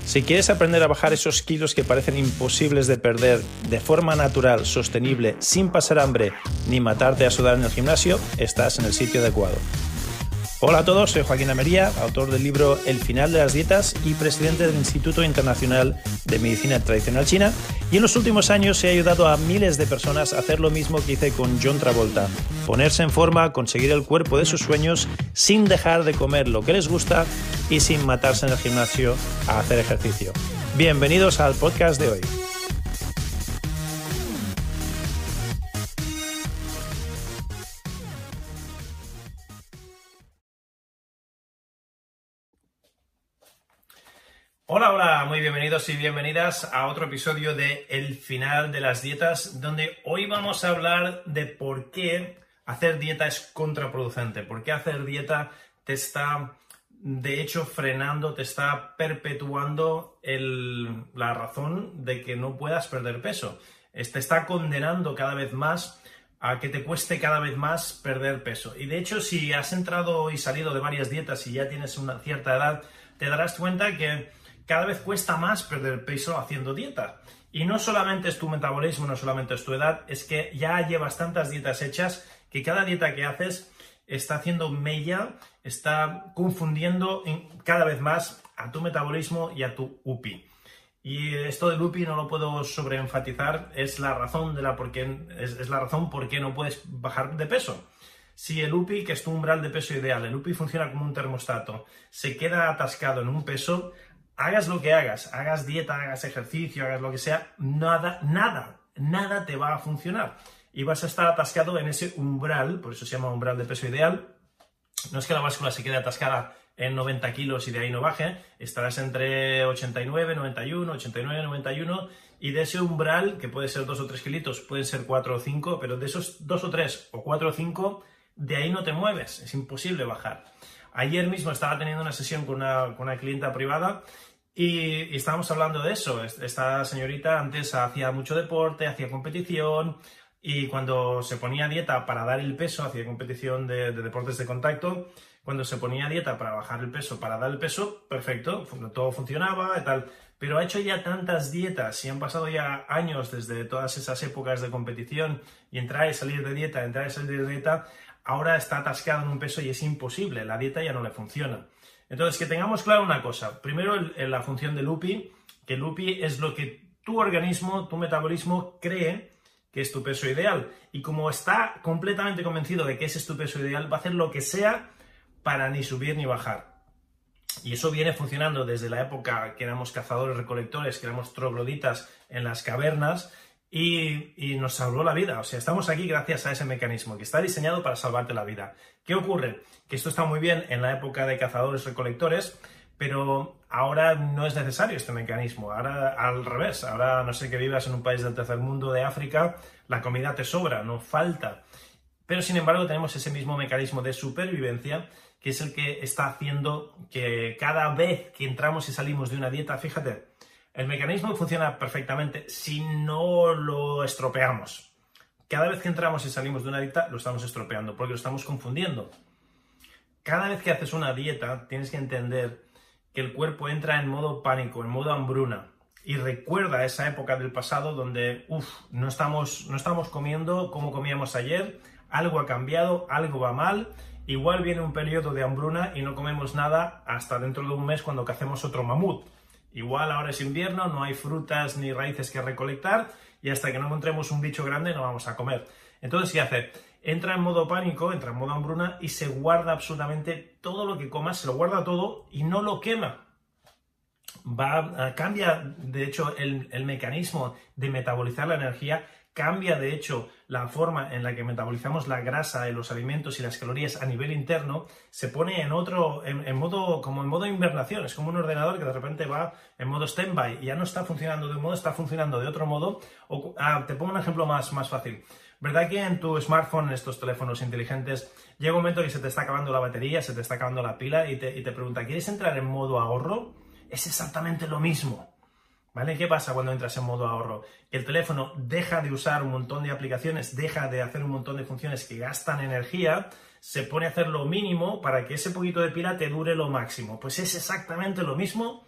Si quieres aprender a bajar esos kilos que parecen imposibles de perder de forma natural, sostenible, sin pasar hambre ni matarte a sudar en el gimnasio, estás en el sitio adecuado. Hola a todos, soy Joaquín Amería, autor del libro El final de las dietas y presidente del Instituto Internacional de Medicina Tradicional China, y en los últimos años he ayudado a miles de personas a hacer lo mismo que hice con John Travolta: ponerse en forma, conseguir el cuerpo de sus sueños sin dejar de comer lo que les gusta y sin matarse en el gimnasio a hacer ejercicio. Bienvenidos al podcast de hoy. Hola, muy bienvenidos y bienvenidas a otro episodio de El final de las dietas, donde hoy vamos a hablar de por qué hacer dieta es contraproducente, por qué hacer dieta te está, de hecho, frenando, te está perpetuando la razón de que no puedas perder peso. Te está condenando cada vez más a que te cueste cada vez más perder peso. Y de hecho, si has entrado y salido de varias dietas y ya tienes una cierta edad, te darás cuenta que cada vez cuesta más perder peso haciendo dieta. Y no solamente es tu metabolismo, no solamente es tu edad, es que ya llevas tantas dietas hechas que cada dieta que haces está haciendo mella, está confundiendo cada vez más a tu metabolismo y a tu UPI. Y esto del UPI no lo puedo sobreenfatizar, es la razón por qué no puedes bajar de peso. Si el UPI, que es tu umbral de peso ideal, el UPI funciona como un termostato, se queda atascado en un peso, hagas lo que hagas dieta, hagas ejercicio, hagas lo que sea, nada te va a funcionar. Y vas a estar atascado en ese umbral, por eso se llama umbral de peso ideal. No es que la báscula se quede atascada en 90 kilos y de ahí no baje, estarás entre 89, 91, 89, 91, y de ese umbral, que puede ser 2 o 3 kilitos, pueden ser 4 o 5, pero de esos 2 o 3 o 4 o 5, de ahí no te mueves, es imposible bajar. Ayer mismo estaba teniendo una sesión con una clienta privada y estábamos hablando de eso. Esta señorita antes hacía mucho deporte, hacía competición, y cuando se ponía a dieta para dar el peso, hacía competición de deportes de contacto, cuando se ponía a dieta para bajar el peso, para dar el peso, perfecto, todo funcionaba y tal. Pero ha hecho ya tantas dietas y han pasado ya años desde todas esas épocas de competición y entrar y salir de dieta, ahora está atascado en un peso y es imposible, la dieta ya no le funciona. Entonces, que tengamos claro una cosa. Primero, la función del UPI, que el UPI es lo que tu organismo, tu metabolismo cree que es tu peso ideal. Y como está completamente convencido de que ese es tu peso ideal, va a hacer lo que sea para ni subir ni bajar. Y eso viene funcionando desde la época que éramos cazadores-recolectores, que éramos trogloditas en las cavernas, y nos salvó la vida. O sea, estamos aquí gracias a ese mecanismo que está diseñado para salvarte la vida. ¿Qué ocurre? Que esto está muy bien en la época de cazadores-recolectores, pero ahora no es necesario este mecanismo. Ahora al revés. Ahora, no sé, que vivas en un país del tercer mundo de África, la comida te sobra, no falta. Pero sin embargo tenemos ese mismo mecanismo de supervivencia, que es el que está haciendo que cada vez que entramos y salimos de una dieta, fíjate, el mecanismo funciona perfectamente si no lo estropeamos. Cada vez que entramos y salimos de una dieta lo estamos estropeando, porque lo estamos confundiendo. Cada vez que haces una dieta tienes que entender que el cuerpo entra en modo pánico, en modo hambruna, y recuerda esa época del pasado donde no estamos comiendo como comíamos ayer, algo ha cambiado, algo va mal, igual viene un periodo de hambruna y no comemos nada hasta dentro de un mes cuando cacemos otro mamut. Igual ahora es invierno, no hay frutas ni raíces que recolectar y hasta que no encontremos un bicho grande no vamos a comer. Entonces, ¿qué hace? Entra en modo pánico, entra en modo hambruna y se guarda absolutamente todo lo que comas, se lo guarda todo y no lo quema. Cambia, de hecho, el mecanismo de metabolizar la energía, cambia, de hecho, la forma en la que metabolizamos la grasa de los alimentos y las calorías a nivel interno, se pone en modo invernación. Es como un ordenador que de repente va en modo stand-by y ya no está funcionando de un modo, está funcionando de otro modo. Te pongo un ejemplo más fácil. ¿Verdad que en tu smartphone, en estos teléfonos inteligentes, llega un momento que se te está acabando la batería, se te está acabando la pila y te pregunta, ¿quieres entrar en modo ahorro? Es exactamente lo mismo. ¿Vale? ¿Qué pasa cuando entras en modo ahorro? El teléfono deja de usar un montón de aplicaciones, deja de hacer un montón de funciones que gastan energía, se pone a hacer lo mínimo para que ese poquito de pila te dure lo máximo. Pues es exactamente lo mismo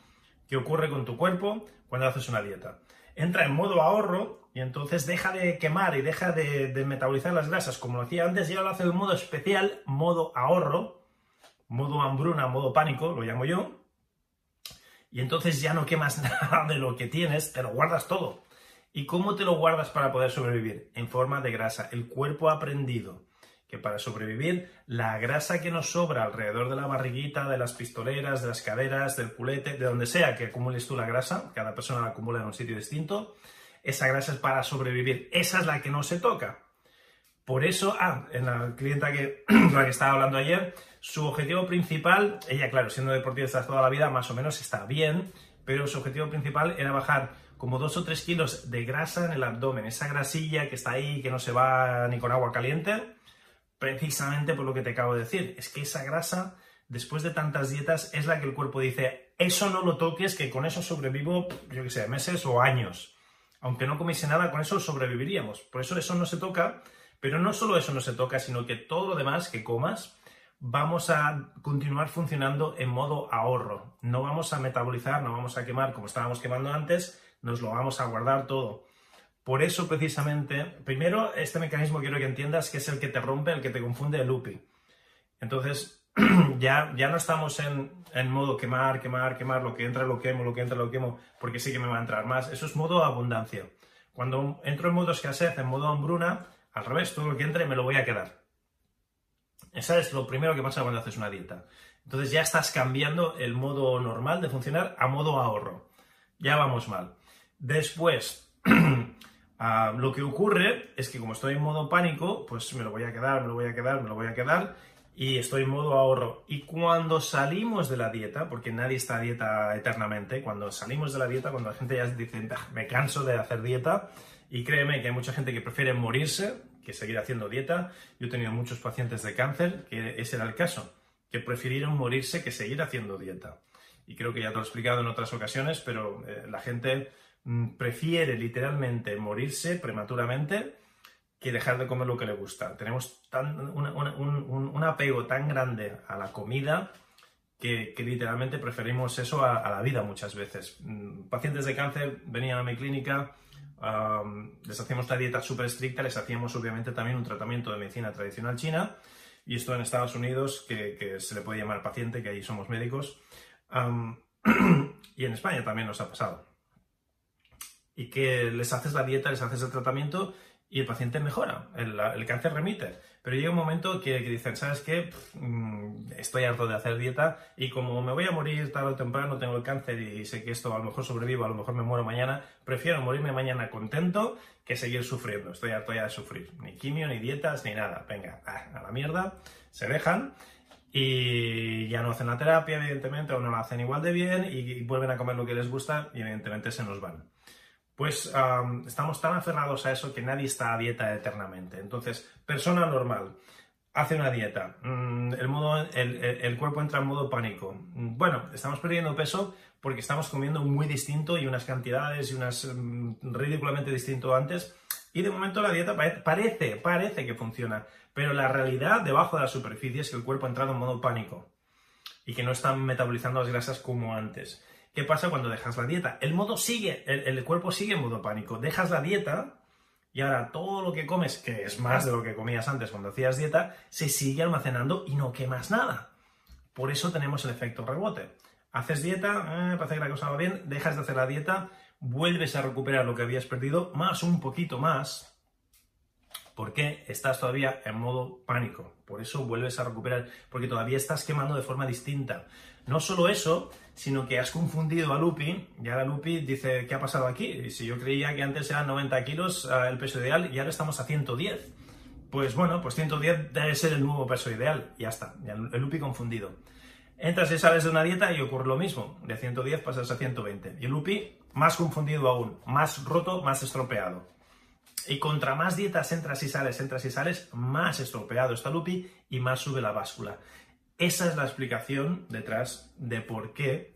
¿Qué ocurre con tu cuerpo cuando haces una dieta? Entra en modo ahorro y entonces deja de quemar y deja de metabolizar las grasas como lo hacía antes, y ahora lo hace en modo especial, modo ahorro, modo hambruna, modo pánico, lo llamo yo, y entonces ya no quemas nada de lo que tienes, te lo guardas todo. ¿Y cómo te lo guardas para poder sobrevivir? En forma de grasa. El cuerpo ha aprendido que para sobrevivir, la grasa que nos sobra alrededor de la barriguita, de las pistoleras, de las caderas, del culete, de donde sea que acumules tú la grasa, cada persona la acumula en un sitio distinto, esa grasa es para sobrevivir. Esa es la que no se toca. Por eso, en la clienta con la que estaba hablando ayer, su objetivo principal, ella claro, siendo deportista toda la vida, más o menos está bien, pero su objetivo principal era bajar como 2 o 3 kilos de grasa en el abdomen, esa grasilla que está ahí, que no se va ni con agua caliente, precisamente por lo que te acabo de decir. Es que esa grasa, después de tantas dietas, es la que el cuerpo dice, eso no lo toques, que con eso sobrevivo, yo qué sé, meses o años. Aunque no comiese nada, con eso sobreviviríamos. Por eso no se toca, pero no solo eso no se toca, sino que todo lo demás que comas, vamos a continuar funcionando en modo ahorro. No vamos a metabolizar, no vamos a quemar como estábamos quemando antes, nos lo vamos a guardar todo. Por eso, precisamente, primero, este mecanismo quiero que entiendas que es el que te rompe, el que te confunde el UPI. Entonces, ya no estamos en modo quemar, lo que entra lo quemo, lo que entra lo quemo, porque sí que me va a entrar más. Eso es modo abundancia. Cuando entro en modo escasez, en modo hambruna, al revés, todo lo que entre me lo voy a quedar. Eso es lo primero que pasa cuando haces una dieta. Entonces ya estás cambiando el modo normal de funcionar a modo ahorro. Ya vamos mal. Después, lo que ocurre es que como estoy en modo pánico, pues me lo voy a quedar, y estoy en modo ahorro. Y cuando salimos de la dieta, porque nadie está a dieta eternamente, cuando salimos de la dieta, cuando la gente ya dice, me canso de hacer dieta, y créeme que hay mucha gente que prefiere morirse que seguir haciendo dieta. Yo he tenido muchos pacientes de cáncer que ese era el caso, que prefirieron morirse que seguir haciendo dieta. Y creo que ya te lo he explicado en otras ocasiones, pero la gente prefiere literalmente morirse prematuramente que dejar de comer lo que le gusta. Tenemos un apego tan grande a la comida que literalmente preferimos eso a la vida muchas veces. Pacientes de cáncer venían a mi clínica, les hacíamos una dieta súper estricta, les hacíamos obviamente también un tratamiento de medicina tradicional china, y esto en Estados Unidos, que se le puede llamar paciente, que ahí somos médicos, y en España también nos ha pasado. Y que les haces la dieta, les haces el tratamiento y el paciente mejora, el cáncer remite. Pero llega un momento que dicen, ¿sabes qué? Estoy harto de hacer dieta y como me voy a morir tarde o temprano, tengo el cáncer y sé que esto a lo mejor sobrevivo, a lo mejor me muero mañana, prefiero morirme mañana contento que seguir sufriendo. Estoy harto ya de sufrir. Ni quimio, ni dietas, ni nada. Venga, a la mierda, se dejan y ya no hacen la terapia, evidentemente, o no la hacen igual de bien y vuelven a comer lo que les gusta y evidentemente se nos van. Pues estamos tan aferrados a eso que nadie está a dieta eternamente. Entonces, persona normal, hace una dieta, el cuerpo entra en modo pánico. Bueno, estamos perdiendo peso porque estamos comiendo muy distinto y unas cantidades y unas ridículamente distinto antes. Y de momento la dieta parece que funciona, pero la realidad debajo de la superficie es que el cuerpo ha entrado en modo pánico y que no está metabolizando las grasas como antes. ¿Qué pasa cuando dejas la dieta? El cuerpo sigue en modo pánico. Dejas la dieta y ahora todo lo que comes, que es más de lo que comías antes cuando hacías dieta, se sigue almacenando y no quemas nada. Por eso tenemos el efecto rebote. Haces dieta, parece que la cosa va bien, dejas de hacer la dieta, vuelves a recuperar lo que habías perdido, más un poquito más, porque estás todavía en modo pánico. Por eso vuelves a recuperar, porque todavía estás quemando de forma distinta. No solo eso, sino que has confundido al UPI, y ahora el UPI dice, ¿qué ha pasado aquí? Y si yo creía que antes eran 90 kilos el peso ideal y ahora estamos a 110. Pues bueno, pues 110 debe ser el nuevo peso ideal, y ya está, ya el UPI confundido. Entras y sales de una dieta y ocurre lo mismo, de 110 pasas a 120. Y el UPI más confundido aún, más roto, más estropeado. Y contra más dietas entras y sales, más estropeado está el UPI y más sube la báscula. Esa es la explicación detrás de por qué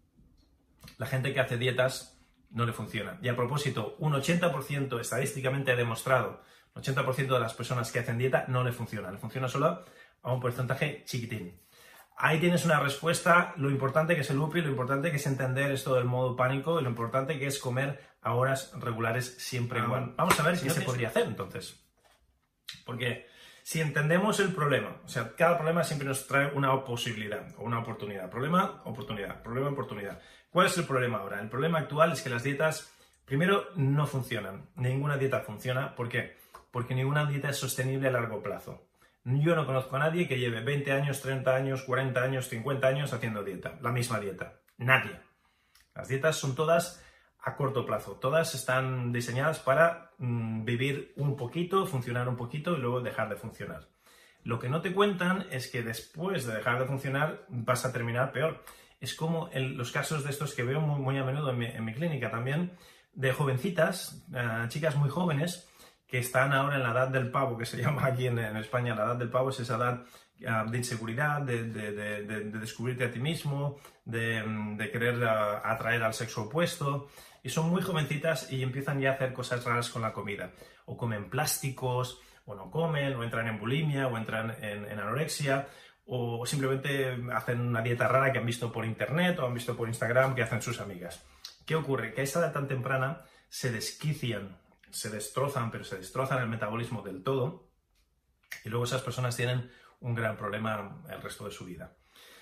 la gente que hace dietas no le funciona. Y a propósito, un 80% estadísticamente demostrado, un 80% de las personas que hacen dieta no le funciona. Le funciona solo a un porcentaje chiquitín. Ahí tienes una respuesta, lo importante que es el UPI, lo importante que es entender esto del modo pánico y lo importante que es comer a horas regulares siempre igual. Vamos a ver qué se podría hacer entonces. Porque si entendemos el problema, o sea, cada problema siempre nos trae una posibilidad o una oportunidad. Problema, oportunidad, problema, oportunidad. ¿Cuál es el problema ahora? El problema actual es que las dietas, primero, no funcionan. Ninguna dieta funciona. ¿Por qué? Porque ninguna dieta es sostenible a largo plazo. Yo no conozco a nadie que lleve 20 años, 30 años, 40 años, 50 años haciendo dieta, la misma dieta. Nadie. Las dietas son todas a corto plazo. Todas están diseñadas para vivir un poquito, funcionar un poquito y luego dejar de funcionar. Lo que no te cuentan es que después de dejar de funcionar vas a terminar peor. Es como los casos de estos que veo muy a menudo en mi clínica también, de jovencitas, chicas muy jóvenes, que están ahora en la edad del pavo, que se llama aquí en España, la edad del pavo es esa edad de inseguridad, de descubrirte a ti mismo, de querer atraer al sexo opuesto, y son muy jovencitas y empiezan ya a hacer cosas raras con la comida, o comen plásticos, o no comen, o entran en bulimia, o entran en anorexia, o simplemente hacen una dieta rara que han visto por internet o han visto por Instagram que hacen sus amigas. ¿Qué ocurre? Que a esa edad tan temprana se desquician, se destrozan, pero se destrozan el metabolismo del todo y luego esas personas tienen un gran problema el resto de su vida.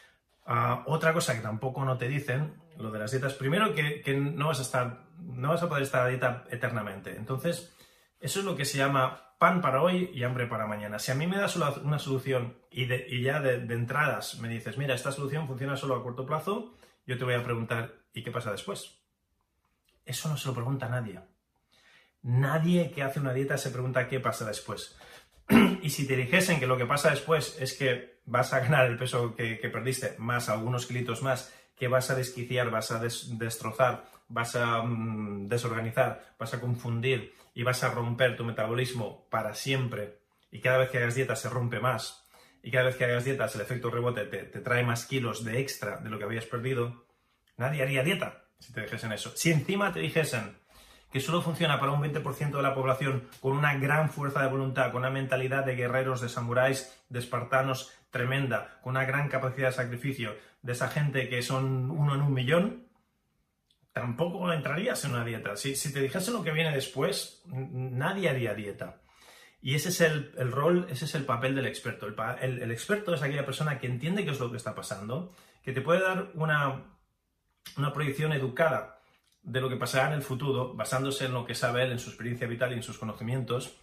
Otra cosa que tampoco no te dicen, lo de las dietas, primero que no vas a poder estar a dieta eternamente. Entonces, eso es lo que se llama pan para hoy y hambre para mañana. Si a mí me das una solución y ya de entradas me dices, mira, esta solución funciona solo a corto plazo, yo te voy a preguntar, ¿y qué pasa después? Eso no se lo pregunta a nadie. Nadie que hace una dieta se pregunta qué pasa después. Y si te dijesen que lo que pasa después es que vas a ganar el peso que perdiste, más algunos kilitos más, que vas a desquiciar, vas a destrozar, vas a desorganizar, vas a confundir y vas a romper tu metabolismo para siempre, y cada vez que hagas dieta se rompe más, y cada vez que hagas dietas el efecto rebote te trae más kilos de extra de lo que habías perdido, nadie haría dieta si te dijesen eso. Si encima te dijesen que solo funciona para un 20% de la población con una gran fuerza de voluntad, con una mentalidad de guerreros, de samuráis, de espartanos tremenda, con una gran capacidad de sacrificio, de esa gente que son 1 en 1.000.000, tampoco entrarías en una dieta. Si te dijesen lo que viene después, nadie haría dieta. Y ese es el rol, ese es el papel del experto. El experto es aquella persona que entiende qué es lo que está pasando, que te puede dar una proyección educada de lo que pasará en el futuro, basándose en lo que sabe él, en su experiencia vital y en sus conocimientos,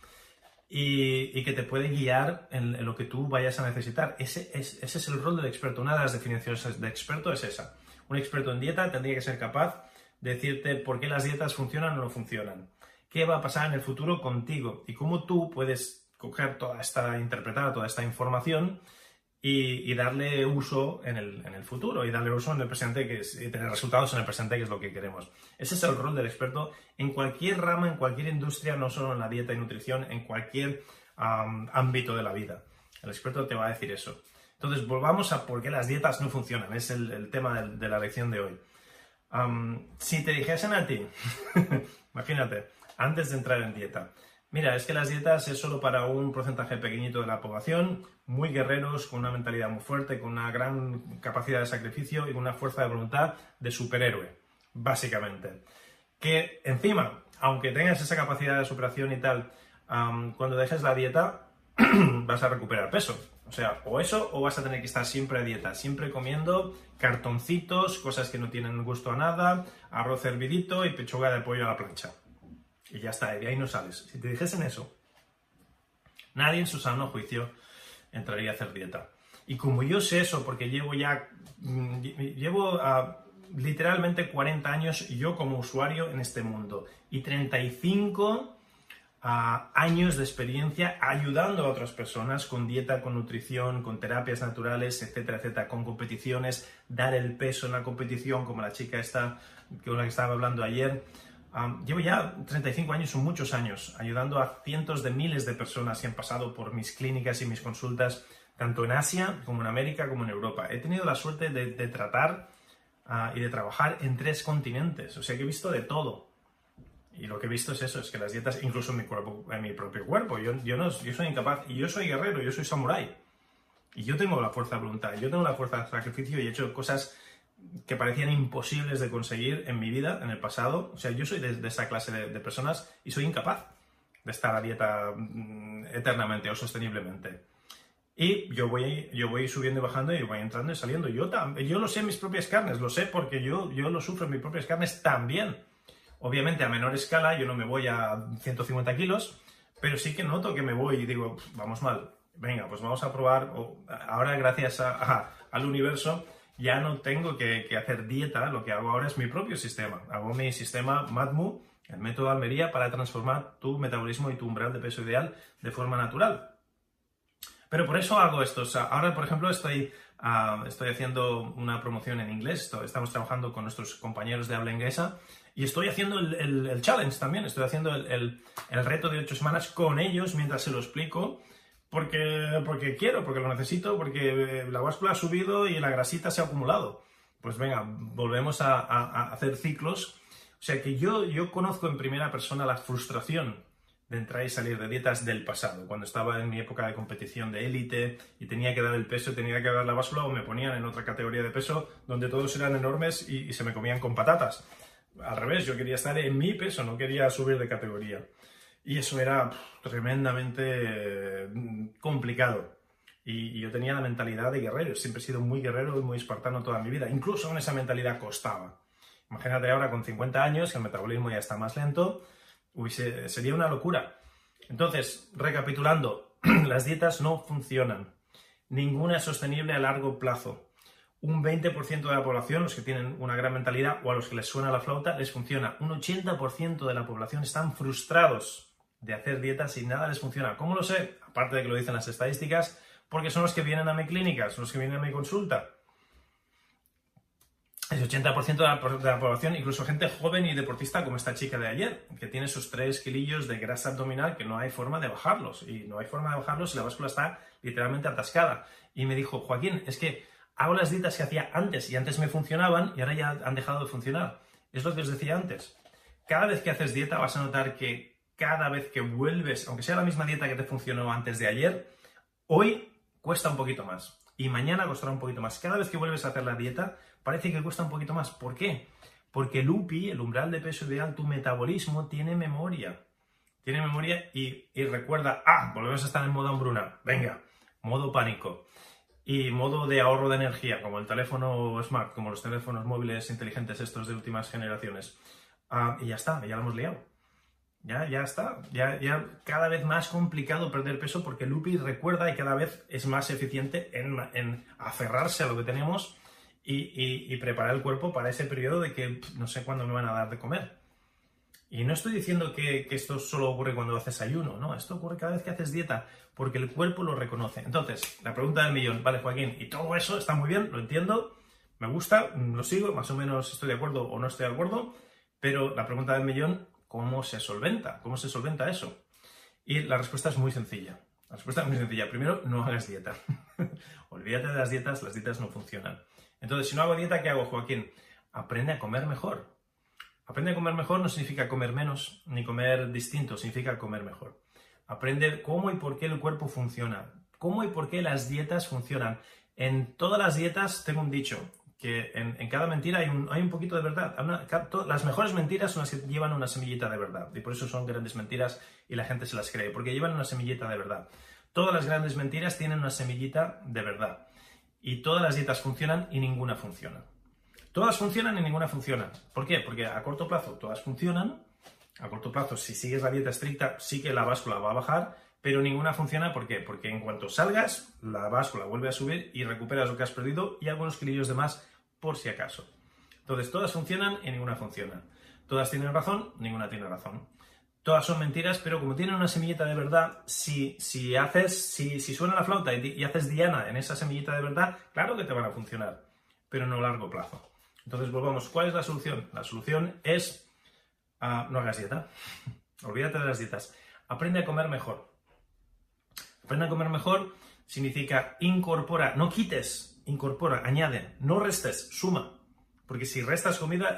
y que te puede guiar en lo que tú vayas a necesitar. Ese es el rol del experto. Una de las definiciones de experto es esa. Un experto en dieta tendría que ser capaz de decirte por qué las dietas funcionan o no funcionan, qué va a pasar en el futuro contigo y cómo tú puedes coger interpretar toda esta información y darle uso en el futuro y darle uso en el presente y tener resultados en el presente, que es lo que queremos. Ese es el rol del experto en cualquier rama, en cualquier industria, no solo en la dieta y nutrición, en cualquier ámbito de la vida. El experto te va a decir eso. Entonces, volvamos a por qué las dietas no funcionan. Es el tema de la lección de hoy. Si te dijesen a ti, imagínate, antes de entrar en dieta, mira, es que las dietas es solo para un porcentaje pequeñito de la población, muy guerreros, con una mentalidad muy fuerte, con una gran capacidad de sacrificio y con una fuerza de voluntad de superhéroe, básicamente. Que encima, aunque tengas esa capacidad de superación y tal, cuando dejes la dieta vas a recuperar peso. O sea, o eso o vas a tener que estar siempre a dieta, siempre comiendo cartoncitos, cosas que no tienen gusto a nada, arroz hervidito y pechuga de pollo a la plancha. Y ya está, y de ahí no sales. Si te dijesen eso, nadie en su sano juicio entraría a hacer dieta. Y como yo sé eso, porque llevo literalmente 40 años yo como usuario en este mundo y 35 años de experiencia ayudando a otras personas con dieta, con nutrición, con terapias naturales, etcétera, etcétera, con competiciones, dar el peso en la competición, como la chica esta con la que estaba hablando ayer. Llevo ya 35 años, son muchos años, ayudando a cientos de miles de personas que han pasado por mis clínicas y mis consultas, tanto en Asia, como en América, como en Europa. He tenido la suerte de tratar y de trabajar en 3 continentes, o sea que he visto de todo. Y lo que he visto es eso, es que las dietas, incluso en mi propio cuerpo, yo soy incapaz, y yo soy guerrero, yo soy samurái. Y yo tengo la fuerza de voluntad, yo tengo la fuerza de sacrificio y he hecho cosas que parecían imposibles de conseguir en mi vida, en el pasado. O sea, yo soy de esa clase de personas y soy incapaz de estar a dieta eternamente o sosteniblemente. Y yo voy subiendo y bajando y voy entrando y saliendo. Yo lo sé en mis propias carnes, lo sé porque yo lo sufro en mis propias carnes también. Obviamente a menor escala, yo no me voy a 150 kilos, pero sí que noto que me voy y digo, vamos mal, venga, pues vamos a probar. Ahora, gracias al universo, ya no tengo que hacer dieta, lo que hago ahora es mi propio sistema. Hago mi sistema MADMU, el método Almería, para transformar tu metabolismo y tu umbral de peso ideal de forma natural. Pero por eso hago esto. O sea, ahora, por ejemplo, estoy haciendo una promoción en inglés. Estamos trabajando con nuestros compañeros de habla inglesa y estoy haciendo el challenge también. Estoy haciendo el reto de 8 semanas con ellos mientras se lo explico. Porque quiero, porque lo necesito, porque la báscula ha subido y la grasita se ha acumulado. Pues venga, volvemos a hacer ciclos. O sea que yo conozco en primera persona la frustración de entrar y salir de dietas del pasado, cuando estaba en mi época de competición de élite y tenía que dar el peso, tenía que dar la báscula o me ponían en otra categoría de peso donde todos eran enormes y se me comían con patatas. Al revés, yo quería estar en mi peso, no quería subir de categoría. Y eso era tremendamente complicado. Y yo tenía la mentalidad de guerrero, siempre he sido muy guerrero y muy espartano toda mi vida. Incluso con esa mentalidad costaba. Imagínate ahora con 50 años, que el metabolismo ya está más lento, sería una locura. Entonces, recapitulando, las dietas no funcionan. Ninguna es sostenible a largo plazo. Un 20% de la población, los que tienen una gran mentalidad o a los que les suena la flauta, les funciona. Un 80% de la población están frustrados de hacer dietas y nada les funciona. ¿Cómo lo sé? Aparte de que lo dicen las estadísticas, porque son los que vienen a mi clínica, son los que vienen a mi consulta. El 80% de la población, incluso gente joven y deportista como esta chica de ayer, que tiene sus 3 kilillos de grasa abdominal que no hay forma de bajarlos. Y no hay forma de bajarlos y la báscula está literalmente atascada. Y me dijo, Joaquín, es que hago las dietas que hacía antes y antes me funcionaban y ahora ya han dejado de funcionar. Es lo que os decía antes. Cada vez que haces dieta vas a notar que cada vez que vuelves, aunque sea la misma dieta que te funcionó antes de ayer, hoy cuesta un poquito más. Y mañana costará un poquito más. Cada vez que vuelves a hacer la dieta, parece que cuesta un poquito más. ¿Por qué? Porque el UPI, el umbral de peso ideal, tu metabolismo, tiene memoria. Tiene memoria y recuerda, volvemos a estar en modo hambruna. Venga, modo pánico. Y modo de ahorro de energía, como el teléfono smart, como los teléfonos móviles inteligentes estos de últimas generaciones. Y ya está, ya lo hemos liado. Ya está, ya cada vez más complicado perder peso porque el UPI recuerda y cada vez es más eficiente en aferrarse a lo que tenemos y preparar el cuerpo para ese periodo de que no sé cuándo me van a dar de comer. Y no estoy diciendo que esto solo ocurre cuando haces ayuno, no, esto ocurre cada vez que haces dieta porque el cuerpo lo reconoce. Entonces, la pregunta del millón, vale Joaquín, y todo eso está muy bien, lo entiendo, me gusta, lo sigo, más o menos estoy de acuerdo o no estoy de acuerdo, pero la pregunta del millón, ¿cómo se solventa? ¿Cómo se solventa eso? Y la respuesta es muy sencilla. La respuesta es muy sencilla. Primero, no hagas dieta. Olvídate de las dietas no funcionan. Entonces, si no hago dieta, ¿qué hago, Joaquín? Aprende a comer mejor. Aprende a comer mejor no significa comer menos, ni comer distinto, significa comer mejor. Aprende cómo y por qué el cuerpo funciona. Cómo y por qué las dietas funcionan. En todas las dietas tengo un dicho, que en cada mentira hay un poquito de verdad. Las mejores mentiras son las que llevan una semillita de verdad. Y por eso son grandes mentiras y la gente se las cree, porque llevan una semillita de verdad. Todas las grandes mentiras tienen una semillita de verdad. Y todas las dietas funcionan y ninguna funciona. Todas funcionan y ninguna funciona. ¿Por qué? Porque a corto plazo todas funcionan. A corto plazo, si sigues la dieta estricta, sí que la báscula va a bajar, pero ninguna funciona. ¿Por qué? Porque en cuanto salgas, la báscula vuelve a subir y recuperas lo que has perdido y algunos kilillos de más por si acaso. Entonces, todas funcionan y ninguna funciona. Todas tienen razón, ninguna tiene razón. Todas son mentiras, pero como tienen una semillita de verdad, si suena la flauta y haces diana en esa semillita de verdad, claro que te van a funcionar, pero no a largo plazo. Entonces, volvamos. ¿Cuál es la solución? La solución es no hagas dieta. Olvídate de las dietas. Aprende a comer mejor. Aprende a comer mejor significa incorpora, no quites, incorpora, añade, no restes, suma. Porque si restas comida,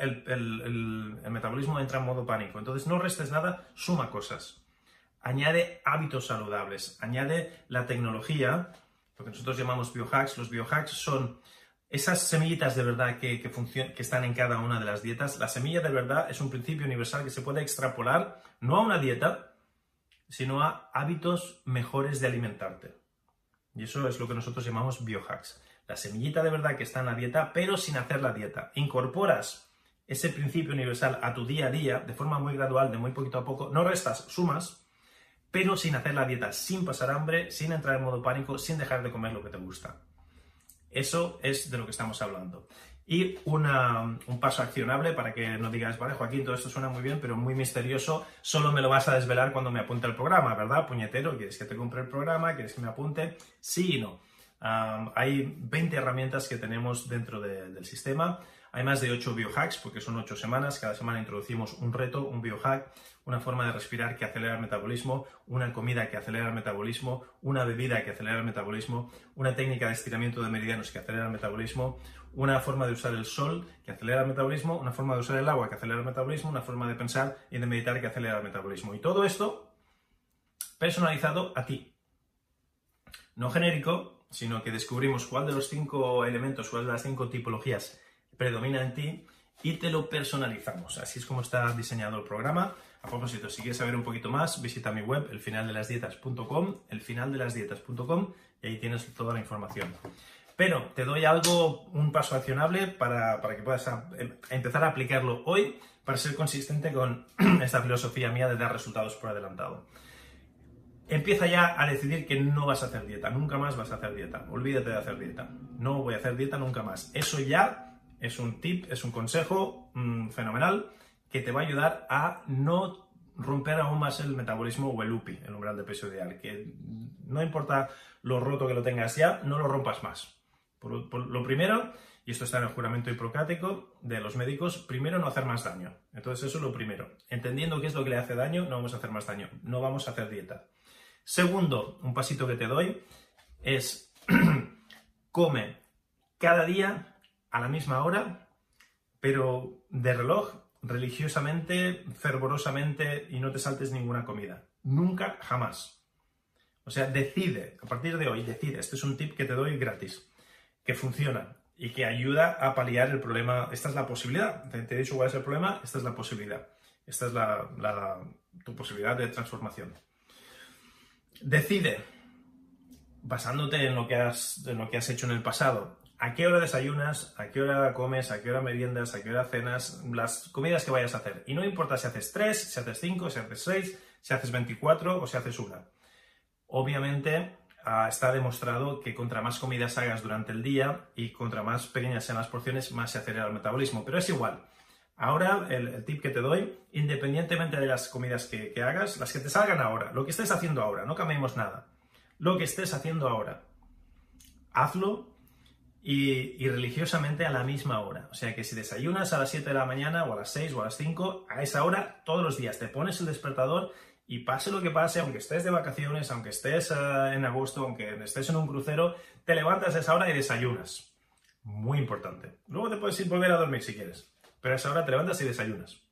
el metabolismo entra en modo pánico. Entonces no restes nada, suma cosas. Añade hábitos saludables, añade la tecnología lo que nosotros llamamos biohacks. Los biohacks son esas semillitas de verdad que están en cada una de las dietas. La semilla de verdad es un principio universal que se puede extrapolar no a una dieta, sino a hábitos mejores de alimentarte. Y eso es lo que nosotros llamamos biohacks. La semillita de verdad que está en la dieta, pero sin hacer la dieta. Incorporas ese principio universal a tu día a día de forma muy gradual, de muy poquito a poco. No restas, sumas, pero sin hacer la dieta, sin pasar hambre, sin entrar en modo pánico, sin dejar de comer lo que te gusta. Eso es de lo que estamos hablando. Y un paso accionable para que no digas, vale, Joaquín, todo esto suena muy bien, pero muy misterioso, solo me lo vas a desvelar cuando me apunte el programa, ¿verdad, puñetero? ¿Quieres que te compre el programa? ¿Quieres que me apunte? Sí y no. Hay 20 herramientas que tenemos dentro del sistema. Hay más de 8 biohacks, porque son 8 semanas. Cada semana introducimos un reto, un biohack, una forma de respirar que acelera el metabolismo, una comida que acelera el metabolismo, una bebida que acelera el metabolismo, una técnica de estiramiento de meridianos que acelera el metabolismo, una forma de usar el sol que acelera el metabolismo, una forma de usar el agua que acelera el metabolismo, una forma de pensar y de meditar que acelera el metabolismo. Y todo esto personalizado a ti. No genérico, sino que descubrimos cuál de los 5 elementos, cuál de las 5 tipologías predomina en ti y te lo personalizamos. Así es como está diseñado el programa. A propósito, si quieres saber un poquito más, visita mi web, elfinaldelasdietas.com, elfinaldelasdietas.com, y ahí tienes toda la información. Pero te doy un paso accionable para que puedas empezar a aplicarlo hoy para ser consistente con esta filosofía mía de dar resultados por adelantado. Empieza ya a decidir que no vas a hacer dieta, nunca más vas a hacer dieta. Olvídate de hacer dieta. No voy a hacer dieta nunca más. Eso ya es un tip, es un consejo fenomenal que te va a ayudar a no romper aún más el metabolismo o el UPI, el umbral de peso ideal. Que no importa lo roto que lo tengas ya, no lo rompas más. Por lo primero, y esto está en el juramento hipocrático de los médicos, primero no hacer más daño. Entonces eso es lo primero. Entendiendo qué es lo que le hace daño, no vamos a hacer más daño. No vamos a hacer dieta. Segundo, un pasito que te doy es come cada día a la misma hora, pero de reloj, religiosamente, fervorosamente, y no te saltes ninguna comida. Nunca, jamás. O sea, decide, a partir de hoy, decide. Este es un tip que te doy gratis, que funciona y que ayuda a paliar el problema. Esta es la posibilidad. Te he dicho cuál es el problema, esta es la posibilidad. Esta es tu posibilidad de transformación. Decide, basándote en lo que has hecho en el pasado, a qué hora desayunas, a qué hora comes, a qué hora meriendas, a qué hora cenas, las comidas que vayas a hacer. Y no importa si haces 3, si haces 5, si haces 6, si haces 24 o si haces una. Obviamente está demostrado que contra más comidas hagas durante el día y contra más pequeñas sean las porciones, más se acelera el metabolismo. Pero es igual. Ahora, el tip que te doy, independientemente de las comidas que hagas, las que te salgan ahora, lo que estés haciendo ahora, no cambiemos nada. Lo que estés haciendo ahora, hazlo y religiosamente a la misma hora. O sea que si desayunas a las 7 de la mañana o a las 6 o a las 5, a esa hora todos los días te pones el despertador y pase lo que pase, aunque estés de vacaciones, aunque estés en agosto, aunque estés en un crucero, te levantas a esa hora y desayunas. Muy importante. Luego te puedes ir volver a dormir si quieres, pero a esa hora te levantas y desayunas.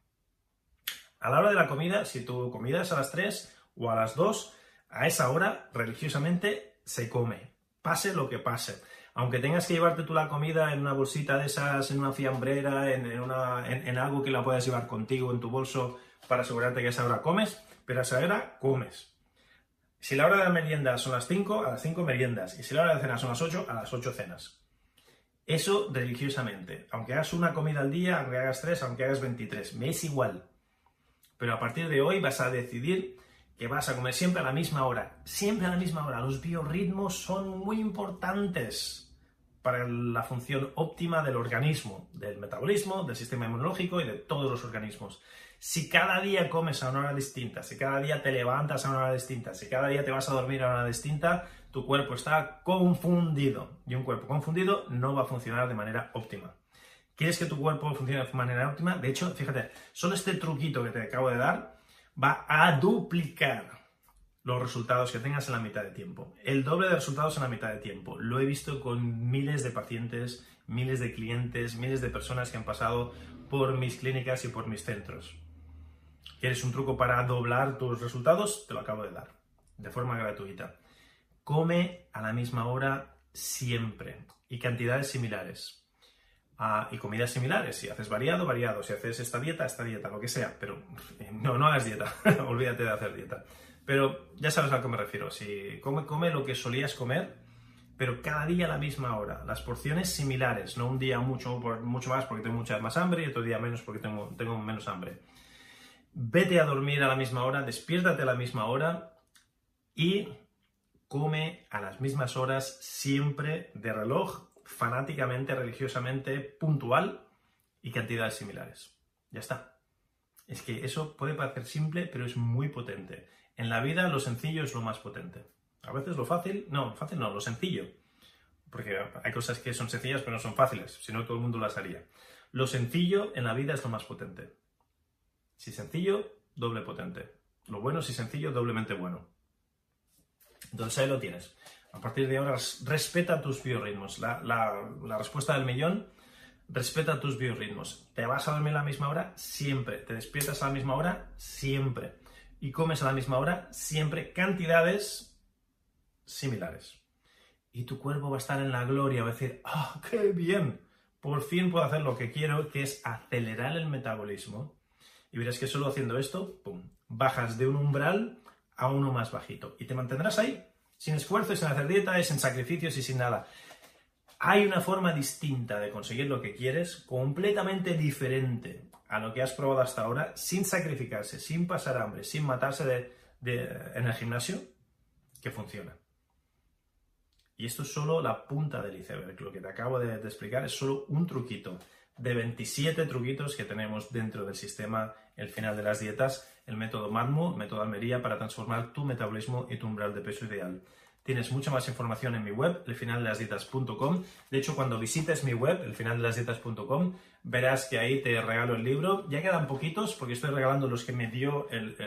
A la hora de la comida, si tu comida es a las 3 o a las 2, a esa hora religiosamente se come. Pase lo que pase. Aunque tengas que llevarte tú la comida en una bolsita de esas, en una fiambrera, en algo que la puedas llevar contigo en tu bolso para asegurarte que a esa hora comes, pero a esa hora comes. Si la hora de la merienda son las 5, a las 5 meriendas. Y si la hora de cena son las 8, a las 8 cenas. Eso religiosamente. Aunque hagas una comida al día, aunque hagas 3, aunque hagas 23. Me es igual. Pero a partir de hoy vas a decidir que vas a comer siempre a la misma hora. Siempre a la misma hora. Los biorritmos son muy importantes para la función óptima del organismo, del metabolismo, del sistema inmunológico y de todos los organismos. Si cada día comes a una hora distinta, si cada día te levantas a una hora distinta, si cada día te vas a dormir a una hora distinta, tu cuerpo está confundido. Y un cuerpo confundido no va a funcionar de manera óptima. ¿Quieres que tu cuerpo funcione de manera óptima? De hecho, fíjate, solo este truquito que te acabo de dar va a duplicar los resultados que tengas en la mitad de tiempo. El doble de resultados en la mitad de tiempo. Lo he visto con miles de pacientes, miles de clientes, miles de personas que han pasado por mis clínicas y por mis centros. ¿Quieres un truco para doblar tus resultados? Te lo acabo de dar, de forma gratuita. come a la misma hora siempre y cantidades similares. Y comidas similares, si haces variado, si haces esta dieta, lo que sea, pero no hagas dieta, olvídate de hacer dieta. Pero ya sabes a lo que me refiero, si come lo que solías comer, pero cada día a la misma hora, las porciones similares, no un día mucho más porque tengo mucha más hambre y otro día menos porque tengo menos hambre. Vete a dormir a la misma hora, despiértate a la misma hora y come a las mismas horas siempre de reloj, fanáticamente, religiosamente, puntual y cantidades similares. Ya está. Es que eso puede parecer simple, pero es muy potente. En la vida lo sencillo es lo más potente. A veces lo lo sencillo. Porque hay cosas que son sencillas pero no son fáciles, si no todo el mundo las haría. Lo sencillo en la vida es lo más potente. Si sencillo, doble potente. Lo bueno, si sencillo, doblemente bueno. Entonces ahí lo tienes. A partir de ahora, respeta tus biorritmos. La respuesta del millón, respeta tus biorritmos. ¿Te vas a dormir a la misma hora? Siempre. ¿Te despiertas a la misma hora? Siempre. Y comes a la misma hora? Siempre. Cantidades similares. Y tu cuerpo va a estar en la gloria, va a decir, ¡ah, qué bien! Por fin puedo hacer lo que quiero, que es acelerar el metabolismo. Y verás que solo haciendo esto, ¡pum!, bajas de un umbral a uno más bajito. Y te mantendrás ahí. Sin esfuerzo y sin hacer dieta y sin sacrificios y sin nada. Hay una forma distinta de conseguir lo que quieres, completamente diferente a lo que has probado hasta ahora, sin sacrificarse, sin pasar hambre, sin matarse en el gimnasio, que funciona. Y esto es solo la punta del iceberg. Lo que te acabo de explicar es solo un truquito de 27 truquitos que tenemos dentro del sistema El Final de las Dietas, el método MADMU, método Almería, para transformar tu metabolismo y tu umbral de peso ideal. Tienes mucha más información en mi web, elfinaldelasdietas.com. De hecho, cuando visites mi web, elfinaldelasdietas.com, verás que ahí te regalo el libro. Ya quedan poquitos porque estoy regalando los que me dio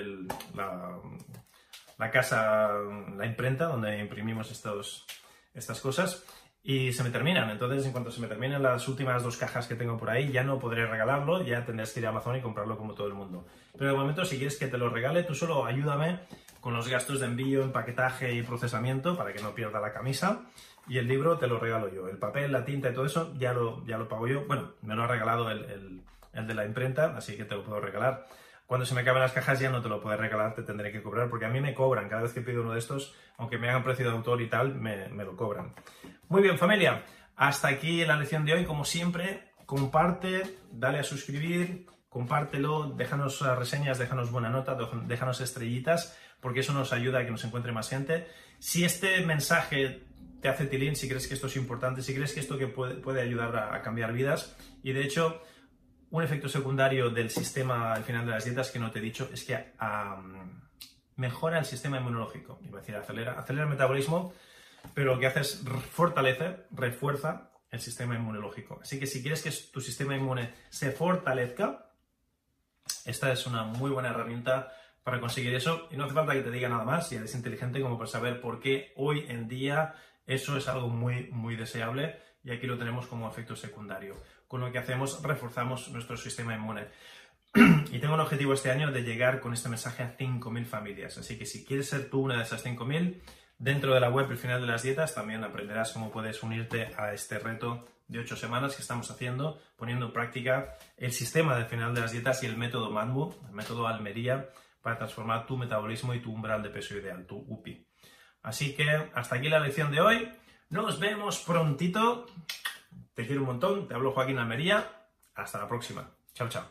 la casa, la imprenta, donde imprimimos estas cosas. Y se me terminan, entonces en cuanto se me terminen las últimas 2 cajas que tengo por ahí, ya no podré regalarlo, ya tendrás que ir a Amazon y comprarlo como todo el mundo. Pero de momento, si quieres que te lo regale, tú solo ayúdame con los gastos de envío, empaquetaje y procesamiento para que no pierda la camisa. Y el libro te lo regalo yo. El papel, la tinta y todo eso ya lo pago yo. Bueno, me lo ha regalado el de la imprenta, así que te lo puedo regalar. Cuando se me acaben las cajas ya no te lo puedo regalar, te tendré que cobrar, porque a mí me cobran. Cada vez que pido uno de estos, aunque me hagan precio de autor y tal, me lo cobran. Muy bien, familia. Hasta aquí la lección de hoy. Como siempre, comparte, dale a suscribir, compártelo, déjanos reseñas, déjanos buena nota, déjanos estrellitas, porque eso nos ayuda a que nos encuentre más gente. Si este mensaje te hace tilín, si crees que esto es importante, si crees que esto que puede ayudar a cambiar vidas, y de hecho, un efecto secundario del sistema al final de las dietas que no te he dicho es que mejora el sistema inmunológico. Iba a decir, acelera el metabolismo, pero lo que hace es refuerza el sistema inmunológico. Así que si quieres que tu sistema inmune se fortalezca, esta es una muy buena herramienta para conseguir eso. Y no hace falta que te diga nada más, si eres inteligente como para saber por qué hoy en día eso es algo muy, muy deseable. Y aquí lo tenemos como efecto secundario. Con lo que hacemos, reforzamos nuestro sistema inmune. Y tengo un objetivo este año de llegar con este mensaje a 5.000 familias. Así que si quieres ser tú una de esas 5.000, dentro de la web El Final de las Dietas también aprenderás cómo puedes unirte a este reto de 8 semanas que estamos haciendo, poniendo en práctica el sistema del Final de las Dietas y el método MADMU, el método Almería, para transformar tu metabolismo y tu umbral de peso ideal, tu UPI. Así que hasta aquí la lección de hoy. Nos vemos prontito. Te quiero un montón. Te hablo Joaquín Almería. Hasta la próxima. Chao, chao.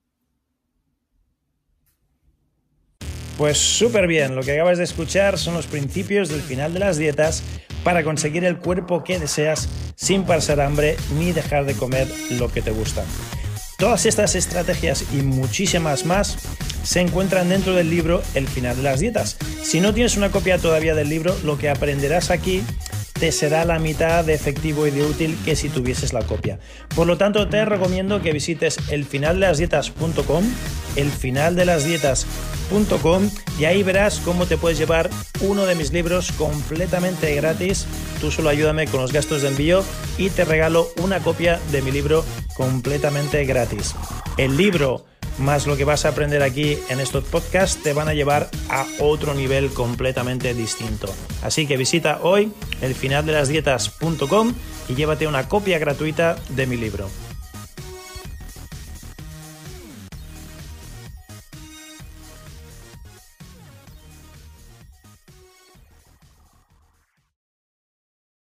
Pues súper bien. Lo que acabas de escuchar son los principios del Final de las Dietas para conseguir el cuerpo que deseas sin pasar hambre ni dejar de comer lo que te gusta. Todas estas estrategias y muchísimas más se encuentran dentro del libro El Final de las Dietas. Si no tienes una copia todavía del libro, lo que aprenderás aquí te será la mitad de efectivo y de útil que si tuvieses la copia. Por lo tanto, te recomiendo que visites elfinaldelasdietas.com, elfinaldelasdietas.com, y ahí verás cómo te puedes llevar uno de mis libros completamente gratis. Tú solo ayúdame con los gastos de envío y te regalo una copia de mi libro completamente gratis. El libro más lo que vas a aprender aquí en estos podcasts te van a llevar a otro nivel completamente distinto. Así que visita hoy elfinaldelasdietas.com y llévate una copia gratuita de mi libro.